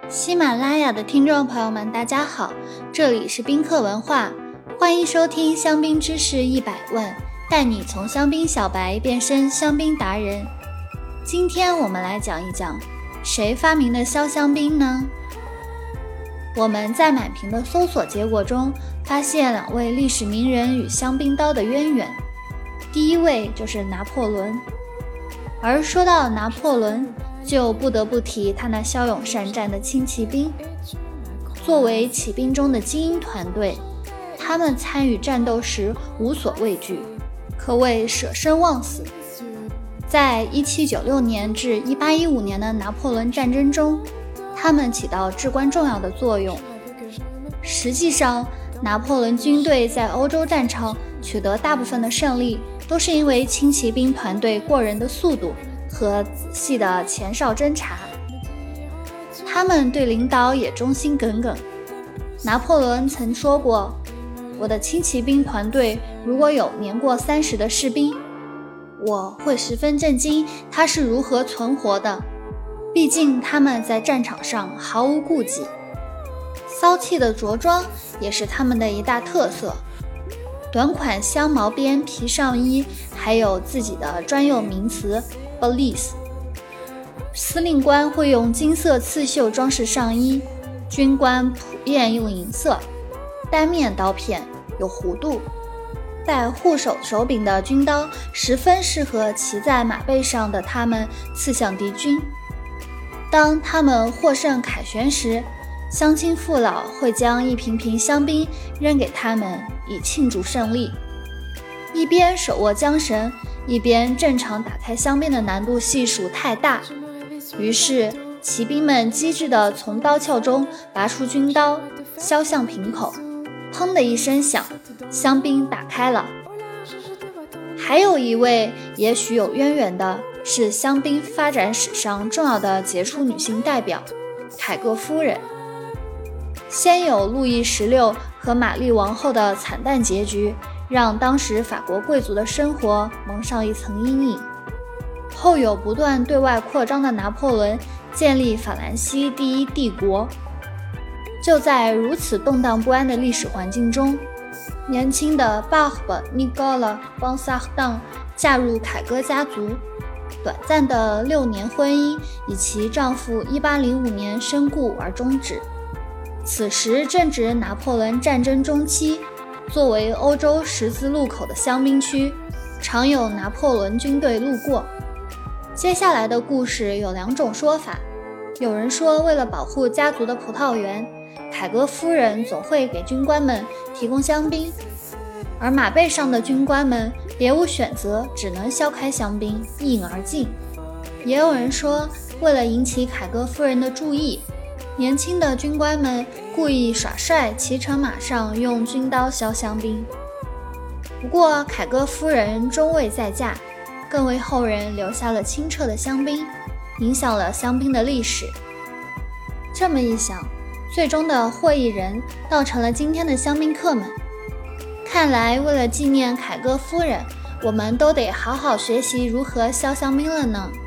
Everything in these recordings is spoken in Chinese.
喜马拉雅的听众朋友们大家好，这里是宾客文化，欢迎收听香槟知识100问，带你从香槟小白变身香槟达人。今天我们来讲一讲谁发明的潇香槟呢？我们在满屏的搜索结果中发现2位历史名人与香槟刀的渊源，第一位就是拿破仑。而说到拿破仑，就不得不提他那骁勇善战的轻骑兵。作为骑兵中的精英团队，他们参与战斗时无所畏惧，可谓舍生忘死。在1796年至1815年的拿破仑战争中，他们起到至关重要的作用。实际上，拿破仑军队在欧洲战场取得大部分的胜利，都是因为轻骑兵团队过人的速度和仔细的前哨侦察。他们对领导也忠心耿耿。拿破仑曾说过，我的轻骑兵团队如果有年过30的士兵，我会十分震惊他是如何存活的，毕竟他们在战场上毫无顾忌。骚气的着装也是他们的一大特色，短款香毛边皮上衣还有自己的专用名词 Balise。 司令官会用金色刺绣装饰上衣，军官普遍用银色，单面刀片，有弧度。带护手手柄的军刀十分适合骑在马背上的他们刺向敌军。当他们获胜凯旋时，乡亲父老会将一瓶瓶香槟扔给他们以庆祝胜利。一边手握缰绳，一边正常打开香槟的难度系数太大，于是骑兵们机智地从刀鞘中拔出军刀，削向瓶口，砰的一声响，香槟打开了。还有一位也许有渊源的是香槟发展史上重要的杰出女性代表凯歌夫人。先有路易16和玛丽王后的惨淡结局，让当时法国贵族的生活蒙上一层阴影。后有不断对外扩张的拿破仑建立法兰西第一帝国。就在如此动荡不安的历史环境中，年轻的巴赫伯尼高拉邦萨当嫁入凯歌家族，短暂的6年婚姻以其丈夫1805年身故而终止。此时正值拿破仑战争中期，作为欧洲十字路口的香槟区，常有拿破仑军队路过。接下来的故事有2种说法，有人说为了保护家族的葡萄园，凯歌夫人总会给军官们提供香槟，而马背上的军官们别无选择，只能削开香槟一饮而尽。也有人说为了引起凯歌夫人的注意，年轻的军官们故意耍帅，骑乘马上用军刀削香槟。不过凯歌夫人终未再嫁，更为后人留下了清澈的香槟，影响了香槟的历史。这么一想，最终的获益人倒成了今天的香槟客们。看来为了纪念凯歌夫人，我们都得好好学习如何削香槟了呢。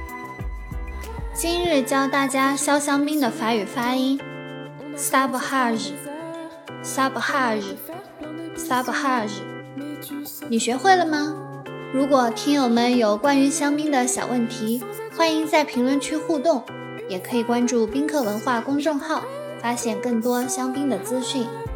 今日教大家削香槟的法语发音 Sauvage Sauvage Sauvage， 你学会了吗？如果听友们有关于香槟的小问题，欢迎在评论区互动，也可以关注宾客文化公众号，发现更多香槟的资讯。